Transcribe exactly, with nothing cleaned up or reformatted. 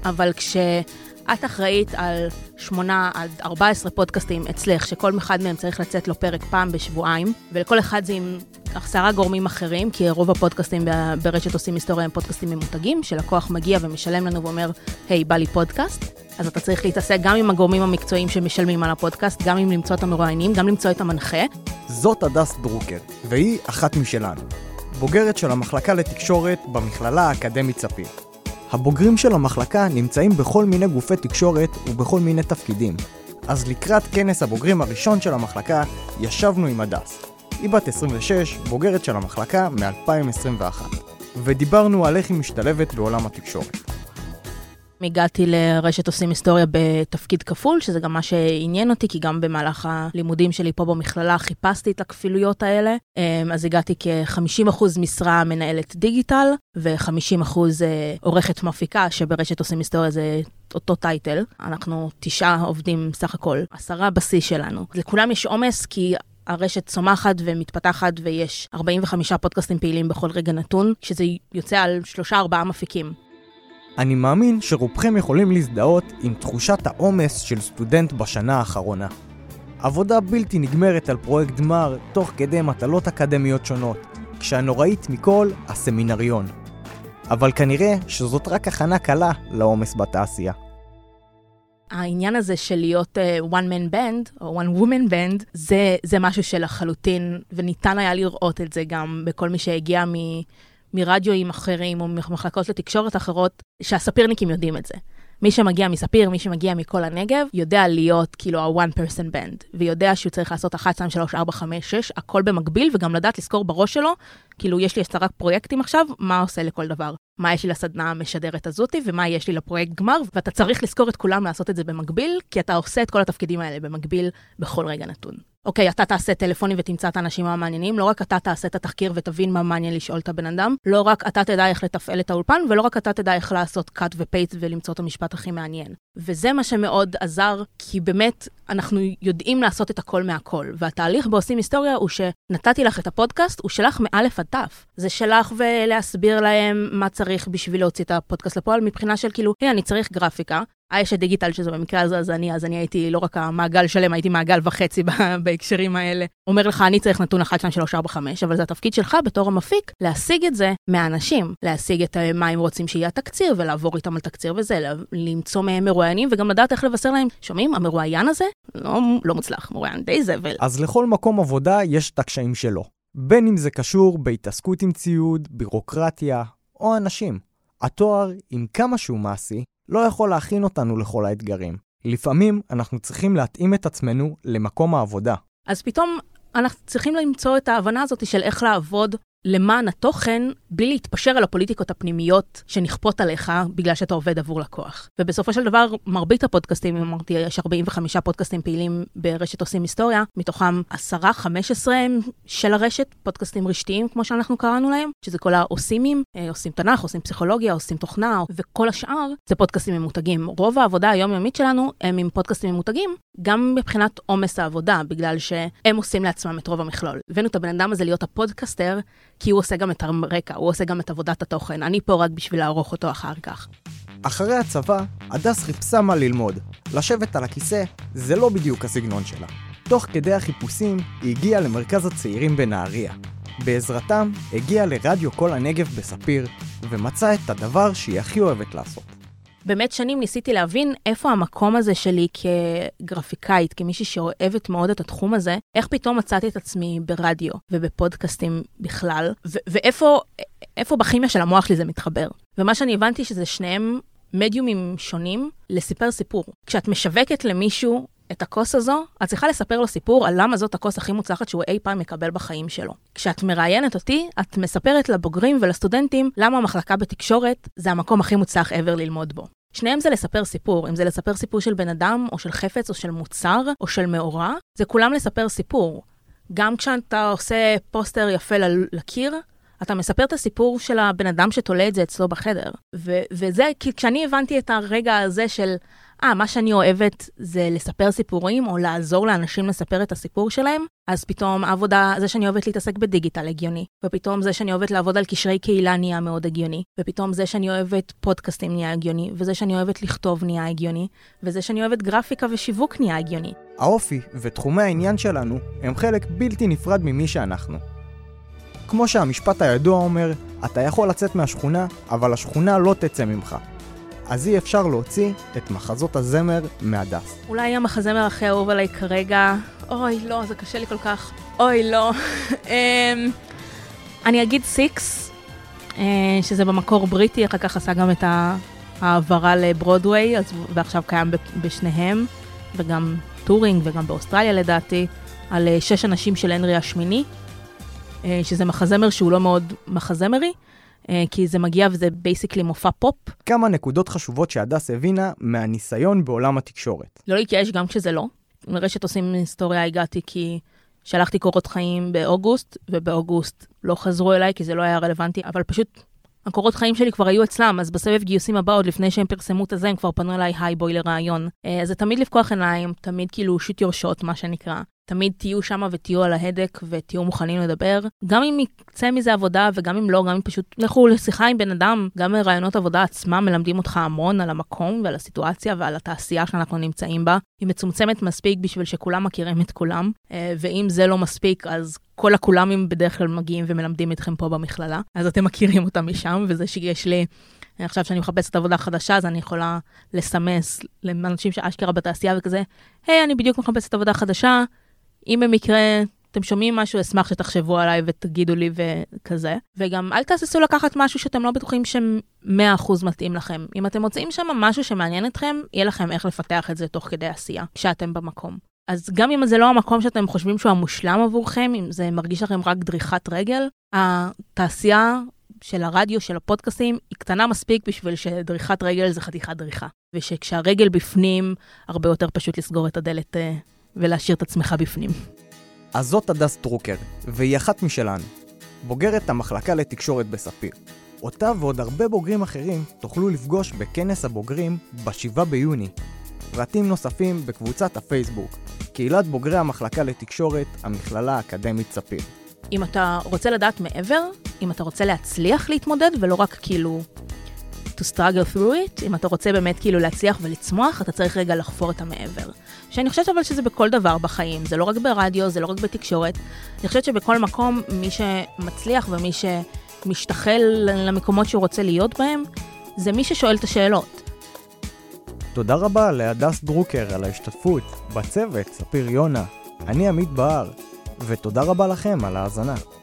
אבל כשאת אחראית על שמונה עד ארבע עשרה פודקאסטים אצלך, שכל אחד מהם צריך לצאת לו פרק פעם בשבועיים, ולכל אחד זה עם עשרה גורמים אחרים, כי רוב הפודקאסטים ברשת עושים היסטוריה הם פודקאסטים ממותגים, שלקוח מגיע ומשלם לנו ואומר, היי, בא לי פודקאסט. אז אתה צריך להתעסק גם עם הגורמים המקצועיים שמשלמים על הפודקאסט, גם עם למצוא את המרואיינים, גם למצוא את המנחה. זאת הדס דרוקר, והיא אחת משלנו. בוגרת של המחלקה לתקשורת במכללה האקדמית ספיר. הבוגרים של המחלקה נמצאים בכל מיני גופי תקשורת ובכל מיני תפקידים. אז לקראת כנס הבוגרים הראשון של המחלקה, ישבנו עם הדס. היא בת עשרים ושש, בוגרת של המחלקה מ-אלפיים עשרים ואחת. ודיברנו על איך היא משתלבת בעולם התקשורת. הגעתי לרשת עושים היסטוריה בתפקיד כפול, שזה גם מה שעניין אותי, כי גם במהלך הלימודים שלי פה במכללה חיפשתי את הכפילויות האלה. אז הגעתי כ-חמישים אחוז משרה מנהלת דיגיטל, ו-חמישים אחוז עורכת מפיקה, שברשת עושים היסטוריה זה אותו טייטל. אנחנו תשעה עובדים סך הכל, עשרה בשיא שלנו. לכולם יש עומס, כי הרשת צומחת ומתפתחת, ויש ארבעים וחמישה פודקאסטים פעילים בכל רגע נתון, שזה יוצא על שלושה ארבעה מפיקים. אני מאמין שרובכם יכולים להזדהות עם תחושת העומס של סטודנט בשנה האחרונה. עבודה בלתי נגמרת על פרויקט גמר תוך כדי מטלות אקדמיות שונות, כשהנוראית מכל הסמינריון. אבל כנראה שזאת רק הכנה קלה לעומס בתעשייה. העניין הזה של להיות uh, one man band, או one woman band, זה, זה משהו שלחלוטין, וניתן היה לראות את זה גם בכל מי שהגיע מ... מרדיואים אחרים או ממחלקות לתקשורת אחרות, שהספירניקים יודעים את זה. מי שמגיע מספיר, מי שמגיע מכל הנגב, יודע להיות כאילו ה-one person band, ויודע שהוא צריך לעשות אחת, שתיים, שלוש, ארבע, חמש, שש, הכל במקביל, וגם לדעת לזכור בראש שלו, כאילו יש לי עשרה פרויקטים עכשיו, מה עושה לכל דבר? מה יש לי לסדנה המשדרת הזאתי, ומה יש לי לפרויקט גמר, ואתה צריך לזכור את כולם לעשות את זה במקביל, כי אתה עושה את כל התפקידים האלה במקביל בכל רגע נתון. אוקיי, אתה תעשה טלפונים ותמצא את האנשים המעניינים, לא רק אתה תעשה את התחקיר ותבין מה מעניין לשאול את הבן אדם, לא רק אתה תדע איך לתפעל את האולפן, ולא רק אתה תדע איך לעשות cut ופייסט ולמצוא את המשפט הכי מעניין. וזה מה שמאוד עזר, כי באמת אנחנו יודעים לעשות את הכל מהכל, והתהליך בעושים היסטוריה הוא שנתתי לך את הפודקאסט, הוא שלח מאלף עד תף. זה שלח ולהסביר להם מה צריך בשביל להוציא את הפודקאסט לפועל, מבחינה של כאילו, היי, אני צריך גרפיקה, יש את דיגיטל שזה במקרה הזה, אז אני, אז אני הייתי לא רק המעגל שלם, הייתי מעגל וחצי בהקשרים האלה. אומר לך, אני צריך נתון אחת, שתיים, שלוש, ארבע, חמש, אבל זה התפקיד שלך בתור המפיק, להשיג את זה מהאנשים, להשיג את מה הם רוצים שיהיה תקציר, ולעבור איתם על תקציר וזה, למצוא מהם מרואיינים, וגם לדעת איך לבשר להם, שומעים, המרואיין הזה לא, לא מוצלח, מרואיין די זבל. אז לכל מקום עבודה יש את הקשיים שלו. בין אם זה קשור בהתעסקות עם ציוד, בירוקרטיה, או אנשים. התואר, עם כמה שהוא מעשי, לא יכול להכין אותנו לכל האתגרים. לפעמים אנחנו צריכים להתאים את עצמנו למקום העבודה. אז פתאום אנחנו צריכים למצוא את ההבנה הזאת של איך לעבוד למען התוכן, בלי להתפשר על הפוליטיקות הפנימיות שנכפות עליך בגלל שאתה עובד עבור לקוח. ובסופו של דבר, מרבית הפודקאסטים, אמרתי, יש ארבעים וחמישה פודקאסטים פעילים ברשת עושים היסטוריה, מתוכם עשרה, חמש עשרה של הרשת, פודקאסטים רשתיים, כמו שאנחנו קראנו להם, שזה כל העושימים, עושים תנ"ך, עושים פסיכולוגיה, עושים תוכנה, וכל השאר זה פודקאסטים ממותגים. רוב העבודה היומיומית שלנו הם עם פודקאסטים ממותגים, גם מבחינת עומס העבודה, בגלל שהם עושים לעצמם את רוב המכלול. הבאנו את הבן אדם הזה להיות הפודקאסטר, כי הוא עושה גם את הרקע, הוא עושה גם את עבודת התוכן. אני פה רק בשביל לערוך אותו אחר כך. אחרי הצבא, הדס חיפשה מה ללמוד. לשבת על הכיסא זה לא בדיוק הסגנון שלה. תוך כדי החיפושים, היא הגיעה למרכז הצעירים בנהריה. בעזרתם, הגיעה לרדיו כל הנגב בספיר, ומצאה את הדבר שהיא הכי אוהבת לעשות. באמת שנים ניסיתי להבין איפה המקום הזה שלי כגרפיקאית, כמישהי שאוהבת מאוד את התחום הזה, איך פתאום מצאתי את עצמי ברדיו ובפודקאסטים בכלל, ו- ואיפה איפה בכימיה של המוח שלי זה מתחבר. ומה שאני הבנתי שזה שניהם מדיומים שונים לספר סיפור. כשאת משווקת למישהו את הכוס הזו, את צריכה לספר לו סיפור על למה זאת הכוס הכי מוצלחת שהוא אי פעם מקבל בחיים שלו. כשאת מראיינת אותי, את מספרת לבוגרים ולסטודנטים למה המחלקה בתקשורת זה המקום הכי מוצלח ever ללמוד בו. שניהם זה לספר סיפור, אם זה לספר סיפור של בן אדם, או של חפץ, או של מוצר, או של מאורע, זה כולם לספר סיפור. גם כשאתה עושה פוסטר יפה לקיר, אתה מספר את הסיפור של הבן אדם שתולה את זה אצלו בחדר. ו- וזה, כי כשאני הבנתי את הרגע הזה של אה, מה שאני אוהבת זה לספר סיפורים, או לעזור לאנשים לספר את הסיפור שלהם, אז פתאום העבודה, זה שאני אוהבת להתעסק בדיגיטל הגיוני, ופתאום זה שאני אוהבת לעבוד על קשרי קהילה נהיה מאוד הגיוני, ופתאום זה שאני אוהבת פודקאסטים נהיה הגיוני, וזה שאני אוהבת לכתוב נהיה הגיוני, וזה שאני אוהבת גרפיקה ושיווק נהיה הגיוני. האופי ותחומי העניין שלנו הם חלק בלתי נפרד ממי שאנחנו. כמו שהמשפט הידוע אומר, אתה יכול לצאת מהשכונה, אבל השכונה לא תצא ממך. אז אי אפשר להוציא את מחזות הזמר מהדס. אולי המחזמר הכי אהוב עליי כרגע, אוי לא, זה קשה לי כל כך, אוי לא. אני אגיד סיקס, שזה במקור בריטי, אחר כך עשה גם את העברה לברודווי, ועכשיו קיים בשניהם, וגם טורינג וגם באוסטרליה לדעתי, על שש אנשים של הנרי השמיני, שזה מחזמר שהוא לא מאוד מחזמרי, כי זה מגיע וזה בייסיקלי מופע פופ. כמה נקודות חשובות שהדס הבינה מהניסיון בעולם התקשורת. לא להתייאש גם כשזה לא. מרשת עושים היסטוריה הגעתי כי שלחתי קורות חיים באוגוסט, ובאוגוסט לא חזרו אליי כי זה לא היה רלוונטי, אבל פשוט הקורות חיים שלי כבר היו אצלם, אז בסבב גיוסים הבא עוד לפני שהם פרסמו את זה, הם כבר פנו אליי, היי בואי לרעיון. אז זה תמיד לפקוח עיניים, תמיד כאילו shoot your shot, מה שנקרא. תמיד תהיו שם ותהיו על ההדק ותהיו מוכנים לדבר. גם אם יקצא מזה עבודה וגם אם לא, גם אם פשוט לכו לשיחה עם בן אדם, גם רעיונות עבודה עצמם מלמדים אותך המון על המקום ועל הסיטואציה ועל התעשייה שאנחנו נמצאים בה. היא מצומצמת מספיק בשביל שכולם מכירים את כולם, ואם זה לא מספיק, אז כל הכולמים בדרך כלל מגיעים ומלמדים אתכם פה במכללה. אז אתם מכירים אותם משם, וזה שיש לי... עכשיו שאני מחפשת עבודה חדשה, אז אני יכולה לסמס לאנשים שאשכרה בתעשייה וכזה, היי, אני בדיוק מחפשת עבודה חדשה, אם במקרה אתם שומעים משהו, אשמח שתחשבו עליי ותגידו לי וכזה. וגם אל תעשו לקחת משהו שאתם לא בטוחים ש-מאה אחוז מתאים לכם. אם אתם מוצאים שם משהו שמעניין אתכם, יהיה לכם איך לפתח את זה תוך כדי עשייה, כשאתם במקום. אז גם אם זה לא המקום שאתם חושבים שהוא המושלם עבורכם, אם זה מרגיש לכם רק דריכת רגל, התעשייה של הרדיו, של הפודקאסטים, היא קטנה מספיק בשביל שדריכת רגל זה חתיכת דריכה. ושכשהרגל בפנים, הרבה יותר פשוט לסגור את הדלת ולהשאיר את עצמך בפנים. אז זאת הדס דרוקר, והיא אחת משלנו. בוגרת המחלקה לתקשורת בספיר. אותה ועוד הרבה בוגרים אחרים תוכלו לפגוש בכנס הבוגרים בשבעה ביוני. פרטים נוספים בקבוצת הפייסבוק, קהילת בוגרי המחלקה לתקשורת, המכללה האקדמית ספיר. אם אתה רוצה לדעת מעבר, אם אתה רוצה להצליח להתמודד ולא רק כאילו to struggle through it, אם אתה רוצה באמת כאילו להצליח ולצמוח, אתה צריך רגע לחפור את המעבר. שאני חושבת אבל שזה בכל דבר בחיים, זה לא רק ברדיו, זה לא רק בתקשורת. אני חושבת שבכל מקום מי שמצליח ומי שמשתחל למקומות שהוא רוצה להיות בהם, זה מי ששואל את השאלות. תודה רבה להדס דרוקר על ההשתתפות בצוות ספיר יונה. אני עמית בהר, ותודה רבה לכם על ההאזנה.